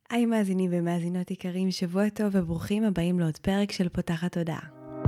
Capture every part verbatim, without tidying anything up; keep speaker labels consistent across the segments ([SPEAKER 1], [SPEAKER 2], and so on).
[SPEAKER 1] היי מאזינים ומאזינות יקרים, שבוע טוב וברוכים הבאים לעוד פרק של פותחת תודעה.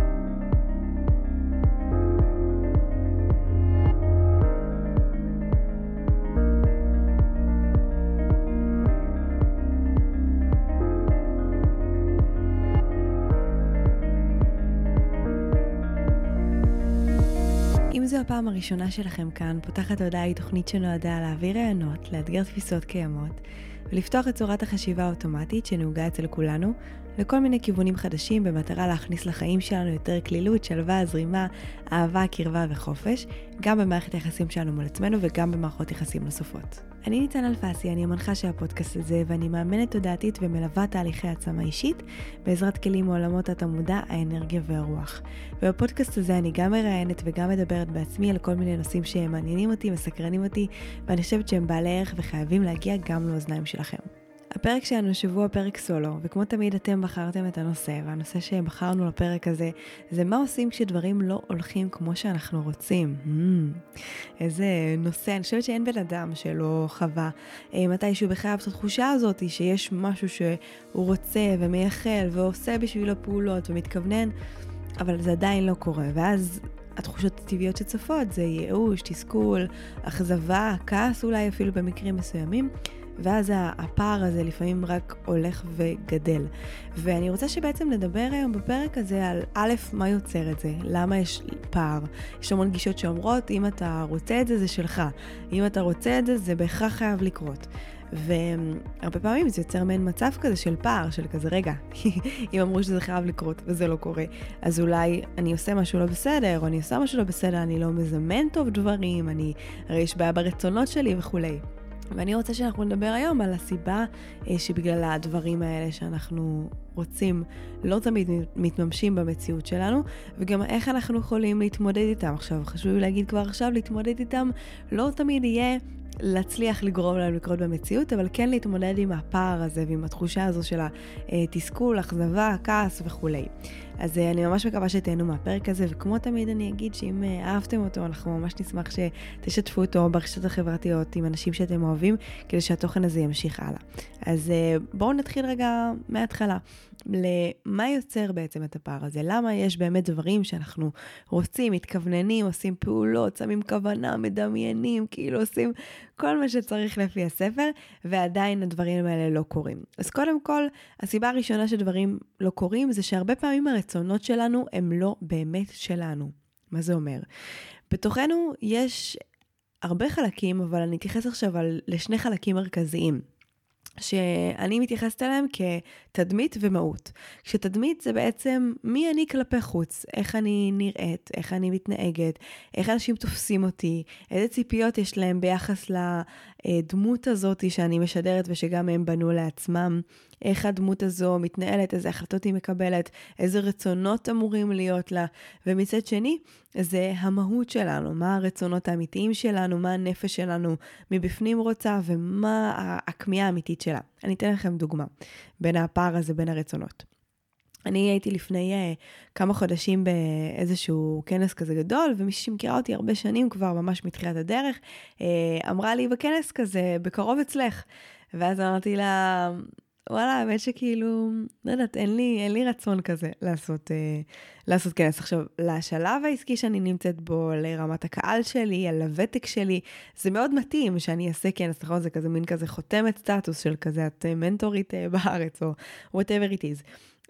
[SPEAKER 1] אם זו הפעם הראשונה שלכם כאן, פותחת תודעה היא תוכנית שנועדה להעביר רעיונות, לאתגר תפיסות קיימות, ולפתוח את צורת החשיבה האוטומטית שנהוגה אצל כולנו, לכל מיני כיוונים חדשים במטרה להכניס לחיים שלנו יותר כלילות, שלווה, זרימה, אהבה, קרבה וחופש, גם במערכת היחסים שלנו מול עצמנו וגם במערכות יחסים נוספות. אני ניצן אלפסי, אני המנחה של הפודקאסט הזה, ואני מאמנת תודעתית ומלווה תהליכי העצמה אישית בעזרת כלים מעולמות התמודע, האנרגיה והרוח. ובפודקאסט הזה אני גם מראיינת וגם מדברת בעצמי על כל מיני נושאים שהם מעניינים אותי, מסקרנים אותי, ואני חושבת שהם בעלי ערך וחייבים להגיע גם לאוזניים שלכם. הפרק שלנו שבוע פרק סולו, וכמו תמיד אתם בחרתם את הנושא, והנושא שבחרנו לפרק הזה, זה מה עושים כשדברים לא הולכים כמו שאנחנו רוצים. Hmm, איזה נושא, אני חושבת שאין בן אדם שלא חווה מתישהו בחייו את התחושה הזאת, שיש משהו שהוא רוצה ומייחל ועושה בשבילו פעולות ומתכוונן, אבל זה עדיין לא קורה, ואז התחושות הטבעיות שצפות זה ייאוש, תסכול, אכזבה, כעס אולי אפילו במקרים מסוימים, ואז הפער הזה לפעמים רק הולך וגדל. ואני רוצה שבעצם נדבר היום בפרק הזה על א', מה יוצר את זה, למה יש פער. יש המון גישות שאומרות, אם אתה רוצה את זה, זה שלך. אם אתה רוצה את זה, זה בהכרח חייב לקרות. והרבה פעמים זה יוצר מעין מצב כזה של פער, של כזה רגע, אם אמרו שזה חייב לקרות וזה לא קורה, אז אולי אני עושה משהו לא בסדר, או אני עושה משהו לא בסדר, אני לא מזמן טוב דברים, אני, הרי יש בעיה ברצונות שלי וכולי. ואני רוצה שאנחנו נדבר היום על הסיבה שבגלל הדברים האלה שאנחנו רוצים לא תמיד מתממשים במציאות שלנו, וגם איך אנחנו יכולים להתמודד איתם. עכשיו, חשוב להגיד כבר עכשיו, להתמודד איתם לא תמיד יהיה להצליח לגרום להם לקרות במציאות, אבל כן להתמודד עם הפער הזה ועם התחושה הזו של התסכול, אכזבה, כעס וכולי. אז אני ממש מקווה שתהנו מהפרק הזה, וכמו תמיד אני אגיד שאם אהבתם אותו, אנחנו ממש נשמח שתשתפו אותו ברשתות החברתיות עם אנשים שאתם אוהבים, כדי שהתוכן הזה ימשיך הלאה. אז בואו נתחיל רגע מההתחלה. למה יוצר בעצם את הפער הזה? למה יש באמת דברים שאנחנו רוצים, מתכווננים, עושים פעולות, שמים כוונה, מדמיינים, כאילו עושים כל מה שצריך לפי הספר, ועדיין הדברים האלה לא קורים. אז קודם כל, הסיבה הראשונה שדברים לא קורים, זה שהרבה פעמים הרצונות שלנו הם לא באמת שלנו. מה זה אומר? בתוכנו יש הרבה חלקים, אבל אני אתייחס עכשיו על, לשני חלקים מרכזיים. שאני מתייחסת אליהם כתדמית ומהות. כשתדמית זה בעצם מי אני כלפי חוץ, איך אני נראית, איך אני מתנהגת, איך אנשים תופסים אותי, איזה ציפיות יש להם ביחס לדמות הזאת שאני משדרת ושגם הם בנו לעצמם, איך הדמות הזו מתנהלת, איזה החלטות היא מקבלת, איזה רצונות אמורים להיות לה, ומצד שני, זה המהות שלנו, מה הרצונות האמיתיים שלנו, מה הנפש שלנו מבפנים רוצה, ומה הכמיהה האמיתית שלה. אני אתן לכם דוגמה, בין הפער הזה, בין הרצונות. אני הייתי לפני uh, כמה חודשים באיזשהו כנס כזה גדול, ומישהי שמכירה אותי הרבה שנים כבר, ממש מתחילת הדרך, uh, אמרה לי בכנס כזה, בקרוב אצלך, ואז אמרתי לה, וואלה, האמת שכאילו, לא יודעת, אין לי, אין לי רצון כזה לעשות, אה, לעשות כנס. עכשיו, לשלב העסקי שאני נמצאת בו, לרמת הקהל שלי, על הוותק שלי, זה מאוד מתאים שאני אעשה כנס, נכון? זה כזה מין כזה חותמת סטטוס של כזה, את מנטורית אה, בארץ, או whatever it is.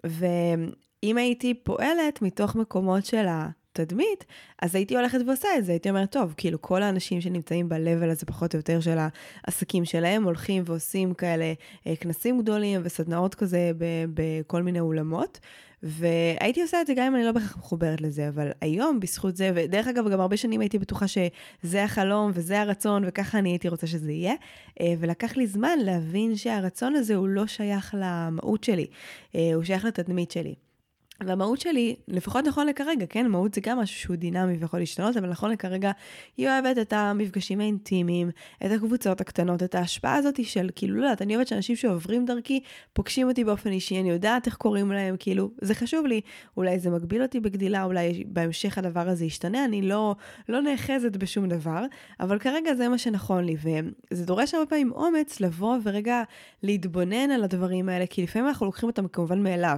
[SPEAKER 1] ואם הייתי פועלת מתוך מקומות של התדמית, אז הייתי הולכת ועושה את זה, הייתי אומרת, טוב, כאילו כל האנשים שנמצאים ב-level הזה פחות או יותר של העסקים שלהם, הולכים ועושים כאלה כנסים גדולים וסדנאות כזה בכל מיני אולמות, והייתי עושה את זה גם אם אני לא בכך מחוברת לזה, אבל היום בזכות זה, ודרך אגב גם הרבה שנים הייתי בטוחה שזה החלום וזה הרצון, וככה אני הייתי רוצה שזה יהיה, ולקח לי זמן להבין שהרצון הזה הוא לא שייך למהות שלי, הוא שייך לתדמית שלי. והמהות שלי, לפחות נכון לכרגע, כן, מהות זה גם משהו שהוא דינמי ויכול להשתנות, אבל נכון לכרגע, היא אוהבת את המפגשים האינטימיים, את הקבוצות הקטנות, את ההשפעה הזאת של, כאילו, לא יודעת, אני אוהבת שאנשים שעוברים דרכי, פוגשים אותי באופן אישי, אני יודעת איך קוראים להם, כאילו, זה חשוב לי, אולי זה מגביל אותי בגדילה, אולי בהמשך הדבר הזה ישתנה, אני לא, לא נאחזת בשום דבר, אבל כרגע זה מה שנכון לי, וזה דורש הרבה פעמים אומץ לבוא ורגע להתבונן על הדברים האלה, כי לפעמים אנחנו לוקחים אותם כמובן מאליו.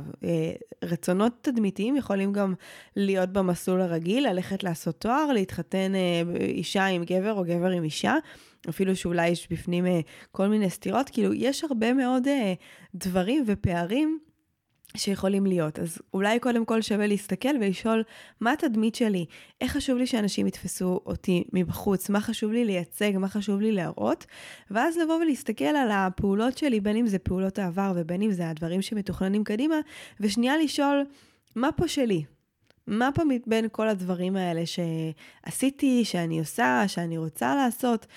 [SPEAKER 1] רצונות תדמיתיים יכולים גם להיות במסלול הרגיל, ללכת לעשות תואר, להתחתן אישה עם גבר או גבר עם אישה, אפילו שאולי יש בפנים כל מיני סתירות, כאילו יש הרבה מאוד דברים ופערים שיכולים להיות. אז אולי קודם כל שווה להסתכל ולשאול מה התדמית שלי, איך חשוב לי שאנשים יתפסו אותי מבחוץ, מה חשוב לי לייצג, מה חשוב לי להראות, ואז לבוא ולהסתכל על הפעולות שלי, בין אם זה פעולות העבר ובין אם זה הדברים שמתוכננים קדימה, ושנייה לשאול מה פה שלי, מה פה בין כל הדברים האלה שעשיתי, שאני עושה, שאני רוצה לעשות,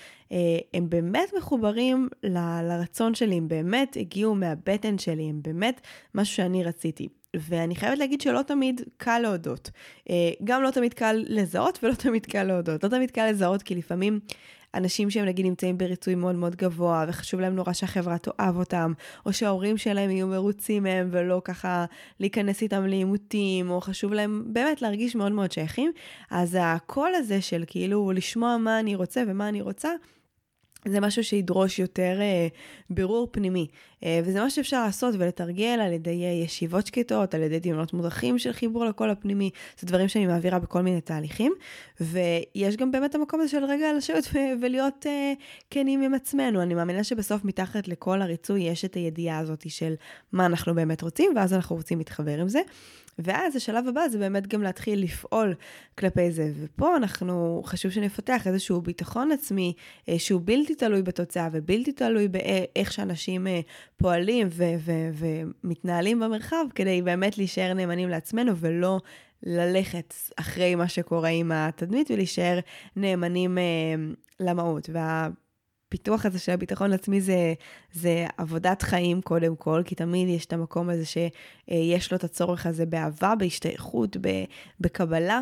[SPEAKER 1] הם באמת מחוברים ל- לרצון שלי, הם באמת הגיעו מהבטן שלי, הם באמת משהו שאני רציתי. ואני חייבת להגיד שלא תמיד קל להודות. גם לא תמיד קל לזהות ולא תמיד קל להודות. לא תמיד קל לזהות כי לפעמים אנשים שהם נגיד נמצאים בריצוי מאוד מאוד גבוה, וחשוב להם נורא שהחברה תאהב אותם, או שההורים שלהם יהיו מרוצים מהם, ולא ככה להיכנס איתם לעימותים, או חשוב להם באמת להרגיש מאוד מאוד שייכים. אז הקול הזה של כאילו לשמוע מה אני רוצה ומה אני רוצה, זה משהו שידרוש יותר אה, בירור פנימי, אה, וזה מה שאפשר לעשות ולתרגל על ידי ישיבות שקטות, על ידי דיונות מודרכים של חיבור לקול הפנימי, זה דברים שאני מעבירה בכל מיני תהליכים, ויש גם באמת המקום הזה של רגע לשבת ו- ולהיות אה, כנים עם עצמנו. אני מאמינה שבסוף מתחת לכל הריצוי יש את הידיעה הזאת של מה אנחנו באמת רוצים, ואז אנחנו רוצים להתחבר עם זה, ואז השלב הבא זה באמת גם להתחיל לפעול כלפי זה, ופה אנחנו חשוב שנפתח איזשהו ביטחון עצמי, שהוא בלתי תלוי בתוצאה, ובלתי תלוי באיך שאנשים פועלים ו- ו- ומתנהלים במרחב, כדי באמת להישאר נאמנים לעצמנו, ולא ללכת אחרי מה שקורה עם התדמית, ולהישאר נאמנים למהות. וה... פיתוח הזה של הביטחון עצמי זה, זה עבודת חיים קודם כל, כי תמיד יש את המקום הזה שיש לו את הצורך הזה באהבה, בהשתייכות, בקבלה,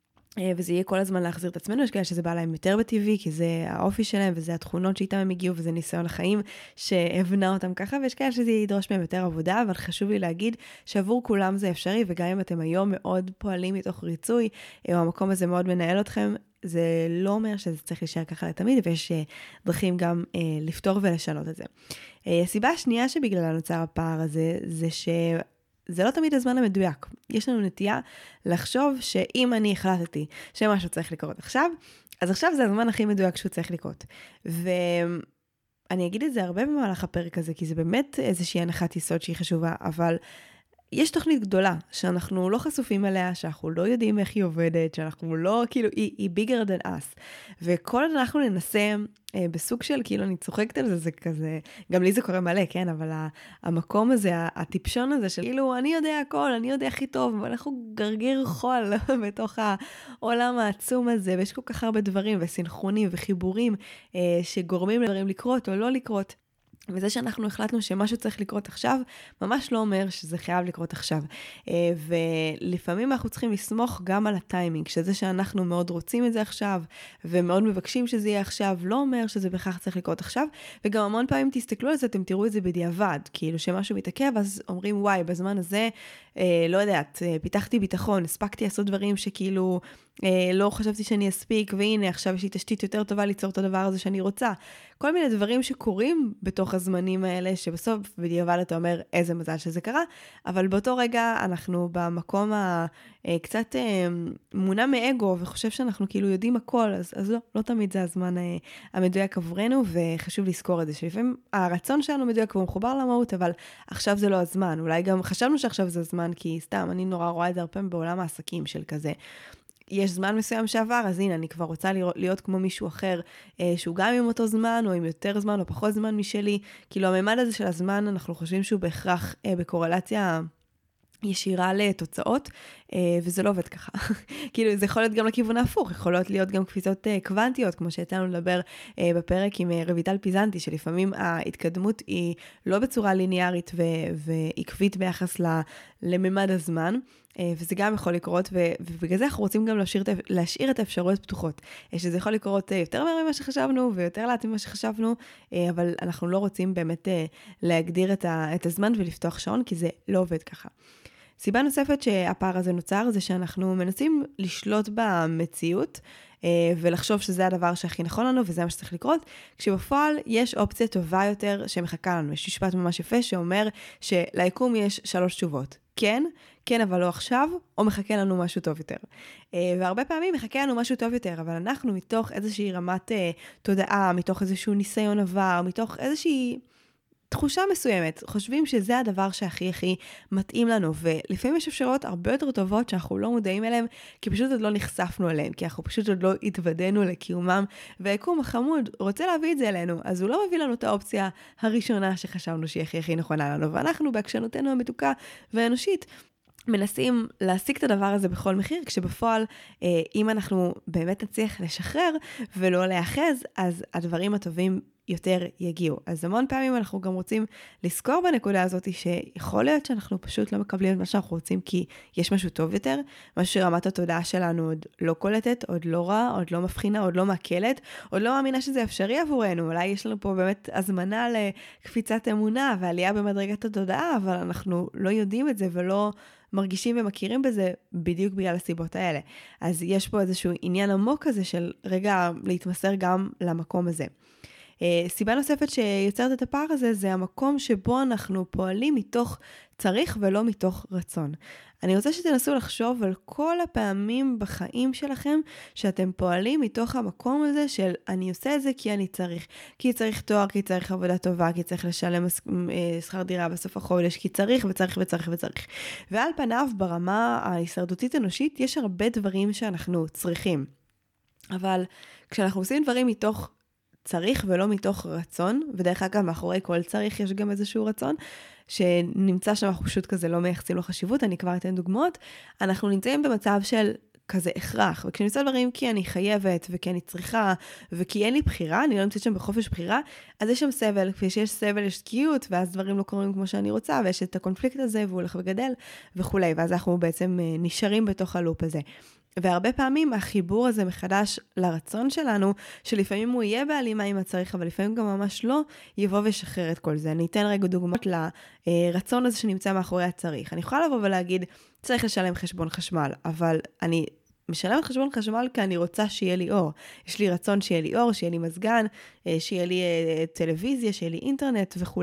[SPEAKER 1] וזה יהיה כל הזמן להחזיר את עצמנו. יש כאלה שזה בא להם יותר בטבעי, כי זה האופי שלהם, וזה התכונות שאיתם הם הגיעו, וזה ניסיון החיים שהבנה אותם ככה, ויש כאלה שזה ידרוש מהם יותר עבודה, אבל חשוב לי להגיד שעבור כולם זה אפשרי, וגם אם אתם היום מאוד פועלים מתוך ריצוי, או המקום הזה מאוד מנהל אתכם, זה לא אומר שזה צריך להישאר ככה לתמיד, ויש דרכים גם אה, לפתור ולשנות את זה. אה, הסיבה השנייה שבגללה נוצר הפער הזה, זה שזה לא תמיד הזמן המדויק. יש לנו נטייה לחשוב שאם אני החלטתי שמשהו צריך לקרות עכשיו, אז עכשיו זה הזמן הכי מדויק שהוא צריך לקרות. ואני אגיד את זה הרבה במהלך הפרק הזה, כי זה באמת איזושהי הנחת יסוד שהיא חשובה, אבל יש תוכנית גדולה שאנחנו לא חשופים עליה, שאנחנו לא יודעים איך היא עובדת, שאנחנו לא, כאילו, היא, היא bigger than us. וכל עוד אנחנו ננסה אה, בסוג של, כאילו, אני צוחקת על זה, זה כזה, גם לי זה קורה מלא, כן? אבל המקום הזה, הטיפשון הזה של, כאילו, אני יודע הכל, אני יודע הכי טוב, ואנחנו גרגיר חול בתוך העולם העצום הזה, ויש כל כך הרבה דברים וסינכרונים וחיבורים אה, שגורמים לדברים לקרות או לא לקרות. וזה שאנחנו החלטנו שמשהו צריך לקרות עכשיו, ממש לא אומר שזה חייב לקרות עכשיו. ולפעמים אנחנו צריכים לסמוך גם על הטיימינג, שזה שאנחנו מאוד רוצים את זה עכשיו, ומאוד מבקשים שזה יהיה עכשיו, לא אומר שזה בכך צריך לקרות עכשיו, וגם המון פעמים תסתכלו על זה, אתם תראו את זה בדיעבד, כאילו שמשהו מתעכב, אז אומרים, וואי, בזמן הזה, אה, לא יודעת, פיתחתי ביטחון, הספקתי לעשות דברים שכאילו, אה, לא חשבתי שאני אספיק, והנה, עכשיו יש לי תשתית יותר טובה ליצור את הדבר הזה שאני רוצה. כל מיני דברים שקורים בתוך הזמנים האלה, שבסוף בדיעבד אתה אומר איזה מזל שזה קרה, אבל באותו רגע אנחנו במקום הקצת מונע מאגו, וחושב שאנחנו כאילו יודעים הכל, אז, אז לא, לא תמיד זה הזמן המדויק עבורנו, וחשוב לזכור את זה, שלפעמים הרצון שלנו מדויק והוא מחובר למהות, אבל עכשיו זה לא הזמן, אולי גם חשבנו שעכשיו זה הזמן, כי סתם, אני נורא רואה את זה הרבה בעולם העסקים של כזה, יש זמן מסוים שעבר, אז הנה, אני כבר רוצה להיות, להיות כמו מישהו אחר, אה, שהוא גם עם אותו זמן, או עם יותר זמן, או פחות זמן משלי. כאילו, הממד הזה של הזמן, אנחנו חושבים שהוא בהכרח אה, בקורלציה ישירה לתוצאות, אה, וזה לא עובד ככה. כאילו, זה יכול להיות גם לכיוון ההפוך, יכולות להיות גם קפיצות אה, קוונטיות, כמו שהייתנו לדבר אה, בפרק עם אה, רויטל פיזנטי, שלפעמים ההתקדמות היא לא בצורה ליניארית ו- ועקבית ביחס ל- לממד הזמן, וזה גם יכול לקרות, ובגלל זה אנחנו רוצים גם להשאיר, להשאיר את האפשרויות פתוחות, שזה יכול לקרות יותר מהר ממה שחשבנו, ויותר לאט ממה שחשבנו, אבל אנחנו לא רוצים באמת להגדיר את הזמן ולפתוח שעון, כי זה לא עובד ככה. סיבה נוספת שהפער הזה נוצר, זה שאנחנו מנסים לשלוט במציאות, ולחשוב שזה הדבר שהכי נכון לנו, וזה מה שצריך לקרות, כשבפועל יש אופציה טובה יותר שמחכה לנו. יש משפט ממש יפה שאומר שליקום יש שלוש תשובות. כן, כן, אבל לא עכשיו, או מחכה לנו משהו טוב יותר. והרבה פעמים מחכה לנו משהו טוב יותר, אבל אנחנו מתוך איזושהי רמת תודעה, מתוך איזשהו ניסיון עבר, מתוך איזושהי תחושה מסוימת, חושבים שזה הדבר שהכי הכי מתאים לנו, ולפעמים יש אפשרויות הרבה יותר טובות שאנחנו לא מודעים אליהם, כי פשוט עוד לא נחשפנו אליהם, כי אנחנו פשוט עוד לא התוודענו לקיומם, והיקום החמוד רוצה להביא את זה אלינו, אז הוא לא מביא לנו את האופציה הראשונה שחשבנו שהיא הכי הכי נכונה לנו, ואנחנו בהקשנותנו המתוקה והאנושית, מנסים להשיג את הדבר הזה בכל מחיר, כשבפועל, אם אנחנו באמת נצליח לשחרר ולא להאחז, אז הדברים הטובים יותר יגיעו. אז המון פעמים אנחנו גם רוצים לזכור בנקודה הזאת שיכול להיות שאנחנו פשוט לא מקבלים את מה שאנחנו רוצים, כי יש משהו טוב יותר, משהו שרמת התודעה שלנו עוד לא קולטת, עוד לא רע, עוד לא מבחינה, עוד לא מעכלת, עוד לא מאמינה שזה אפשרי עבורנו. אולי יש לנו פה באמת הזמנה לקפיצת אמונה ועלייה במדרגת התודעה, אבל אנחנו לא יודעים את זה ולא מרגישים ומכירים בזה בדיוק בגלל הסיבות האלה. אז יש פה איזשהו עניין עמוק כזה של רגע להתמסר גם למקום הזה. סיבה נוספת שיוצרת את הפער הזה, זה המקום שבו אנחנו פועלים מתוך צריך ולא מתוך רצון. אני רוצה שתנסו לחשוב על כל הפעמים בחיים שלכם, שאתם פועלים מתוך המקום הזה של אני עושה את זה כי אני צריך. כי צריך תואר, כי צריך עבודה טובה, כי צריך לשלם שכר דירה בסוף החודש, כי צריך וצריך וצריך וצריך. ועל פניו ברמה ההישרדותית אנושית, יש הרבה דברים שאנחנו צריכים. אבל כשאנחנו עושים דברים מתוך צריך ולא מתוך רצון, ודרך אגב מאחורי כל צריך יש גם איזשהו רצון, שנמצא שם אנחנו פשוט כזה לא מייחסים לו חשיבות, אני כבר אתן דוגמאות, אנחנו נמצאים במצב של כזה הכרח, וכשאני עושה דברים כי אני חייבת, וכי אני צריכה, וכי אין לי בחירה, אני לא נמצאת שם בחופש בחירה, אז יש שם סבל, כשיש סבל יש תקיעות, ואז דברים לא קורים כמו שאני רוצה, ויש את הקונפליקט הזה, והוא הולך וגדל, וכו', ואז אנחנו בעצם נשארים בתוך הלופ הזה. והרבה פעמים החיבור הזה מחדש לרצון שלנו, שלפעמים הוא יהיה בהלימה עם הצריך, אבל לפעמים גם ממש לא, יבוא וישחרר את כל זה. אני אתן רגע דוגמאות לרצון הזה שנמצא מאחורי הצריך. אני יכולה לבוא ולהגיד, צריך לשלם חשבון חשמל, אבל אני משלמת חשבון חשמל כי אני רוצה שיהיה לי אור. יש לי רצון שיהיה לי אור, שיהיה לי מזגן, שיהיה לי טלוויזיה, שיהיה לי אינטרנט וכו'.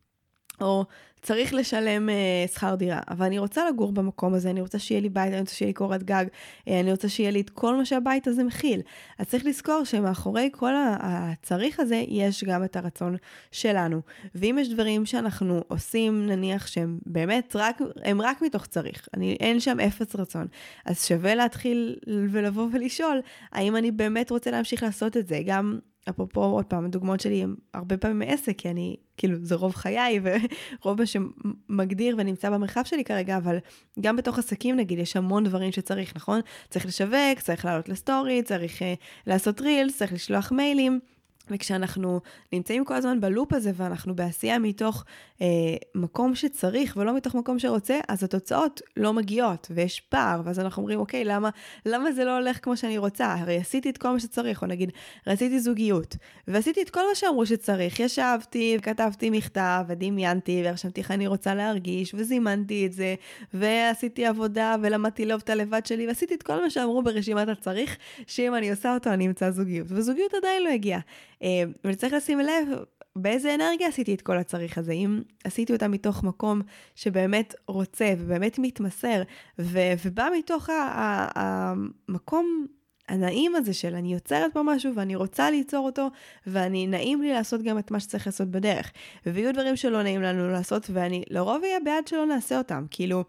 [SPEAKER 1] או צריך לשלם uh, שכר דירה, אבל אני רוצה לגור במקום הזה, אני רוצה שיהיה לי בית, אני רוצה שיהיה לי קורת גג, אני רוצה שיהיה לי את כל מה שהבית הזה מכיל. אז צריך לזכור שמאחורי כל הצריך הזה, יש גם את הרצון שלנו. ואם יש דברים שאנחנו עושים, נניח שהם באמת רק, הם רק מתוך צריך, אני, אין שם אפס רצון, אז שווה להתחיל ולבוא ולשאול, האם אני באמת רוצה להמשיך לעשות את זה, גם אפרופו, עוד פעם, הדוגמאות שלי הם הרבה פעמים מעסק, כי אני, כאילו, זה רוב חיי, ורוב מה שמגדיר ונמצא במרחב שלי כרגע, אבל גם בתוך עסקים, נגיד, יש המון דברים שצריך, נכון? צריך לשווק, צריך לעלות לסטורי, צריך uh, לעשות רילס, צריך לשלוח מיילים, וכשאנחנו נמצאים כל הזמן בלופ הזה, ואנחנו בעשייה מתוך אה, מקום שצריך, ולא מתוך מקום שרוצה, אז התוצאות לא מגיעות, ויש פער, ואז אנחנו אומרים, אוקיי, למה, למה זה לא הולך כמו שאני רוצה? הרי עשיתי את כל מה שצריך, או נגיד, רציתי זוגיות, ועשיתי את כל מה שאמרו שצריך, ישבתי, וכתבתי מכתב, ודמיינתי, והרשמתי איך אני רוצה להרגיש, וזימנתי את זה, ועשיתי עבודה, ולמדתי לאהוב את הלבד שלי, ועשיתי את כל מה שאמרו ברשימת הצריך, שאם אני עושה אותו, אני אמצא זוגיות, וזוגיות עדיין לא הגיעה. וצריך לשים לב באיזה אנרגיה עשיתי את כל הצריך הזה, אם עשיתי אותה מתוך מקום שבאמת רוצה ובאמת מתמסר, ו- ובא מתוך ה- ה- המקום הנעים הזה של אני יוצרת פה משהו ואני רוצה ליצור אותו, ואני נעים לי לעשות גם את מה שצריך לעשות בדרך, ויהיו דברים שלא נעים לנו לעשות, ואני לרוב אהיה בעד שלא נעשה אותם, כאילו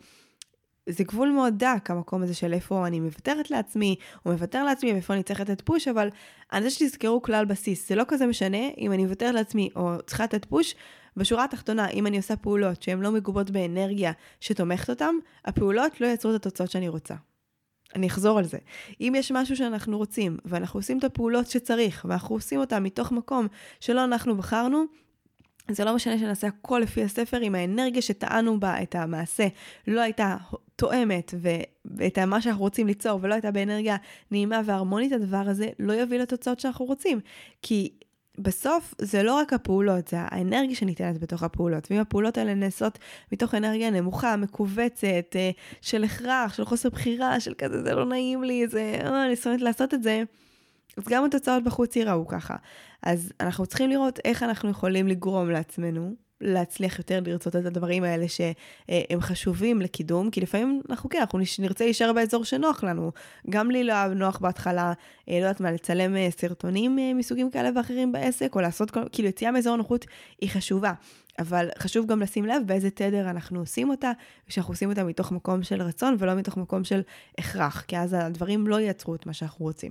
[SPEAKER 1] זה גבול מאוד דק, המקום הזה של איפה אני מוותרת לעצמי, או מוותר לעצמי, ואיפה אני צריך לתת פוש, אבל אני רוצה שתזכרו כלל בסיס, זה לא כזה משנה אם אני מוותרת לעצמי, או צריכה לתת פוש, בשורה התחתונה, אם אני עושה פעולות שהן לא מגובות באנרגיה שתומכת אותן, הפעולות לא יצרו את התוצאות שאני רוצה. אני אחזור על זה. אם יש משהו שאנחנו רוצים, ואנחנו עושים את הפעולות שצריך, ואנחנו עושים אותן מתוך מקום שלא אנחנו בחרנו, זה לא משנה שנעשה הכל לפי הספר, אם האנרגיה שטענו בה את המעשה לא הייתה תואמת ואת מה שאנחנו רוצים ליצור, ולא הייתה באנרגיה נעימה והרמונית, הדבר הזה לא יביא לתוצאות שאנחנו רוצים. כי בסוף זה לא רק הפעולות, זה האנרגיה שניתנת בתוך הפעולות, ואם הפעולות האלה נעשות מתוך אנרגיה נמוכה, מקובצת, של הכרח, של חוסר בחירה, של כזה, זה לא נעים לי, זה, אה, אני שונאת לעשות את זה, אז גם התוצאות בחוץ ייראו ככה. אז אנחנו צריכים לראות איך אנחנו יכולים לגרום לעצמנו, להצליח יותר לרצות את הדברים האלה שהם חשובים לקידום, כי לפעמים אנחנו כן, אנחנו נרצה להישאר באזור שנוח לנו. גם לי לא היה נוח בהתחלה, לא יודעת מה, לצלם סרטונים מסוגים כאלה ואחרים בעסק, או לעשות, כאילו יציאה מאזור נוחות היא חשובה. אבל חשוב גם לשים לב באיזה תדר אנחנו עושים אותה, ושאנחנו עושים אותה מתוך מקום של רצון, ולא מתוך מקום של הכרח, כי אז הדברים לא ייצרו את מה שאנחנו רוצים.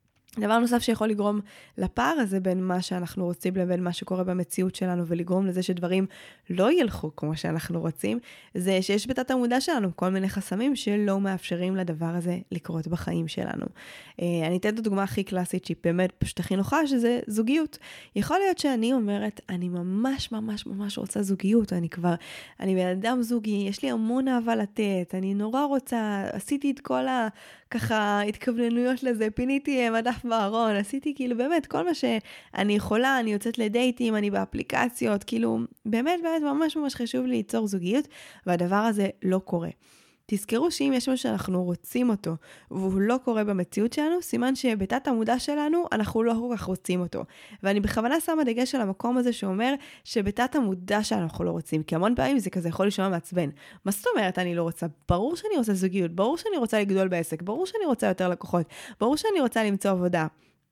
[SPEAKER 1] דבר נוסף שיכול לגרום לפער הזה בין מה שאנחנו רוצים לבין מה שקורה במציאות שלנו, ולגרום לזה שדברים לא ילכו כמו שאנחנו רוצים, זה שיש בתת המודע שלנו כל מיני חסמים שלא מאפשרים לדבר הזה לקרות בחיים שלנו. אני אתן את הדוגמה הכי קלאסית שהיא באמת פשוט הכי נוחה, שזה זוגיות. יכול להיות שאני אומרת, אני ממש ממש ממש רוצה זוגיות, אני כבר, אני בן אדם זוגי, יש לי המון אהבה לתת, אני נורא רוצה, עשיתי את כל ה... ככה התכווננויות לזה, פיניתי מדף בארון, עשיתי כאילו באמת כל מה שאני יכולה, אני יוצאת לדייטים, אני באפליקציות, כאילו באמת באמת ממש ממש חשוב לי ליצור זוגיות, והדבר הזה לא קורה. תזכרו שאם יש משהו שאנחנו רוצים אותו, והוא לא קורה במציאות שלנו, סימן שבתת המודע שלנו אנחנו לא כל כך רוצים אותו. ואני בכוונה שמה דגש על המקום הזה שאומר שבתת המודע שלנו אנחנו לא רוצים, כי המון פעמים זה כזה יכול לשמוע מעצבן. מה זאת אומרת אני לא רוצה? ברור שאני רוצה זוגיות, ברור שאני רוצה לגדול בעסק, ברור שאני רוצה יותר לקוחות, ברור שאני רוצה למצוא עבודה.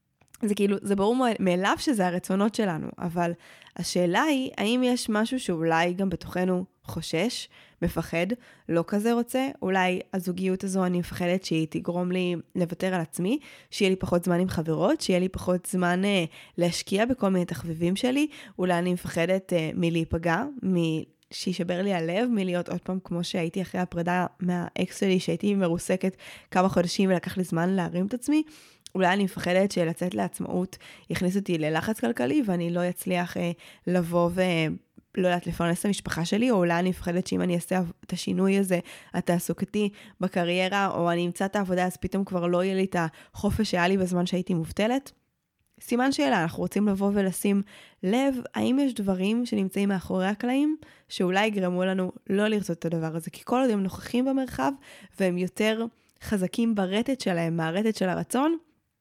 [SPEAKER 1] זה כאילו, זה ברור מאליו שזה הרצונות שלנו, אבל השאלה היא, האם יש משהו שאולי גם בתוכנו חושש, מפחד, לא כזה רוצה, אולי הזוגיות הזו אני מפחדת שהיא תגרום לי לוותר על עצמי, שיהיה לי פחות זמן עם חברות, שיהיה לי פחות זמן אה, להשקיע בכל מיני תחביבים שלי, אולי אני מפחדת אה, מלהיפגע, מ... שישבר לי הלב, מלהיות עוד פעם כמו שהייתי אחרי הפרידה מהאקס שלי, שהייתי מרוסקת כמה חודשים ולקח לי זמן להרים את עצמי, אולי אני מפחדת שלצאת לעצמאות יכניס אותי ללחץ כלכלי, ואני לא אצליח אה, לבוא ולא יודעת לפרנס את המשפחה שלי, או אולי אני מפחדת שאם אני אעשה את השינוי הזה, התעסוקתי בקריירה, או אני אמצא את העבודה, אז פתאום כבר לא יהיה לי את החופש שהיה לי בזמן שהייתי מובטלת. סימן שאלה, אנחנו רוצים לבוא ולשים לב, האם יש דברים שנמצאים מאחורי הקלעים, שאולי יגרמו לנו לא לרצות את הדבר הזה, כי כל עוד הם נוכחים במרחב, והם יותר חזקים ברטט שלהם, מהרטט של הרצון,